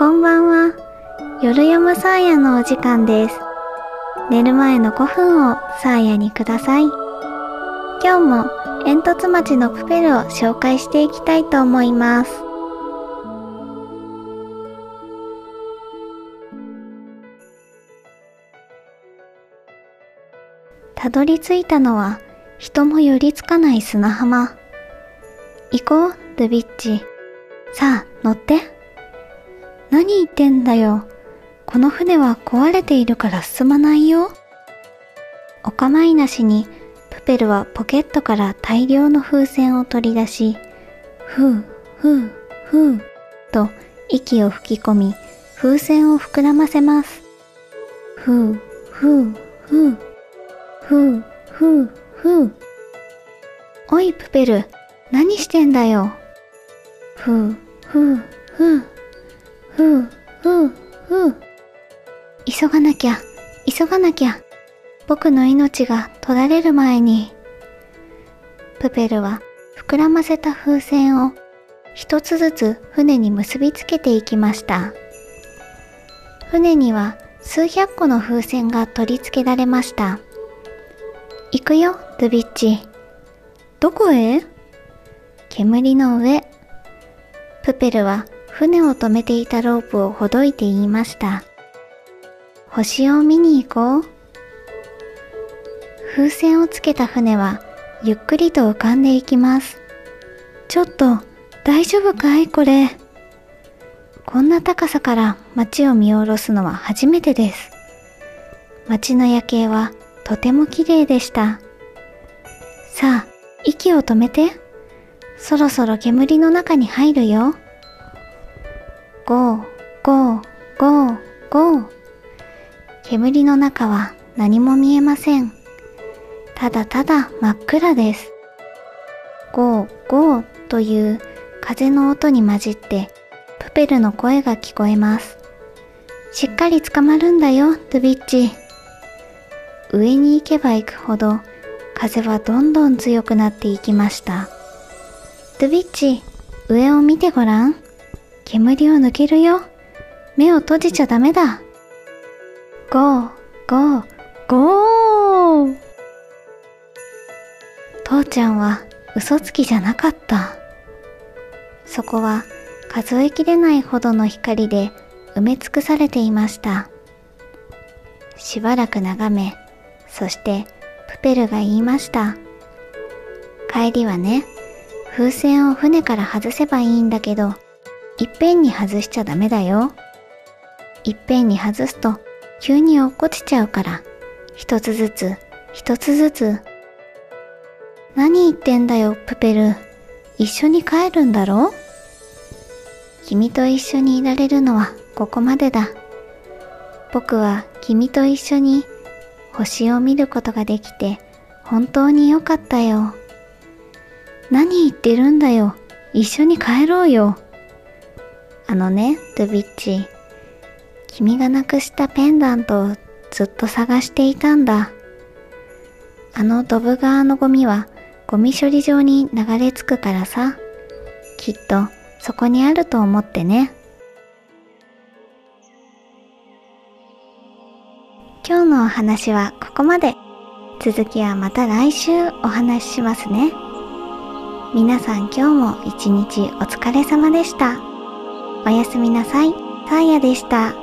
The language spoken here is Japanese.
こんばんは。夜読むサーヤのお時間です。寝る前の5分をサーヤにください。今日も煙突町のプペルを紹介していきたいと思います。たどり着いたのは人も寄りつかない砂浜。行こう、ルビッチ。さあ、乗って。何言ってんだよ。この船は壊れているから進まないよ。お構いなしにプペルはポケットから大量の風船を取り出し、ふうふうふうと息を吹き込み、風船を膨らませます。ふうふうふうふうふうふう。おいプペル、何してんだよ。ふうふうふうふうふうふう。急がなきゃ、急がなきゃ。僕の命が取られる前に。プペルは膨らませた風船を一つずつ船に結びつけていきました。船には数百個の風船が取り付けられました。行くよ、ルビッチ。どこへ？煙の上。プペルは船を止めていたロープをほどいて言いました。星を見に行こう。風船をつけた船はゆっくりと浮かんでいきます。ちょっと大丈夫かいこれ。こんな高さから街を見下ろすのは初めてです。街の夜景はとても綺麗でした。さあ、息を止めて。そろそろ煙の中に入るよ。ゴー、ゴー、ゴー、ゴー。煙の中は何も見えません。ただただ真っ暗です。ゴー、ゴーという風の音に混じってプペルの声が聞こえます。しっかり捕まるんだよ、ルビッチ。上に行けば行くほど風はどんどん強くなっていきました。ルビッチ、上を見てごらん。煙を抜けるよ。目を閉じちゃダメだ。ゴー、ゴー、ゴー。父ちゃんは嘘つきじゃなかった。そこは数えきれないほどの光で埋め尽くされていました。しばらく眺め、そしてプペルが言いました。帰りはね、風船を船から外せばいいんだけど、いっぺんに外しちゃダメだよ。いっぺんに外すと急に落っこちちゃうから、一つずつ、一つずつ。何言ってんだよ、プペル。一緒に帰るんだろ？君と一緒にいられるのはここまでだ。僕は君と一緒に星を見ることができて本当によかったよ。何言ってるんだよ。一緒に帰ろうよ。あのね、ルビッチ。君がなくしたペンダントをずっと探していたんだ。あのドブ川のゴミはゴミ処理場に流れ着くからさ。きっとそこにあると思ってね。今日のお話はここまで。続きはまた来週お話ししますね。皆さん今日も一日お疲れ様でした。おやすみなさい。サーヤでした。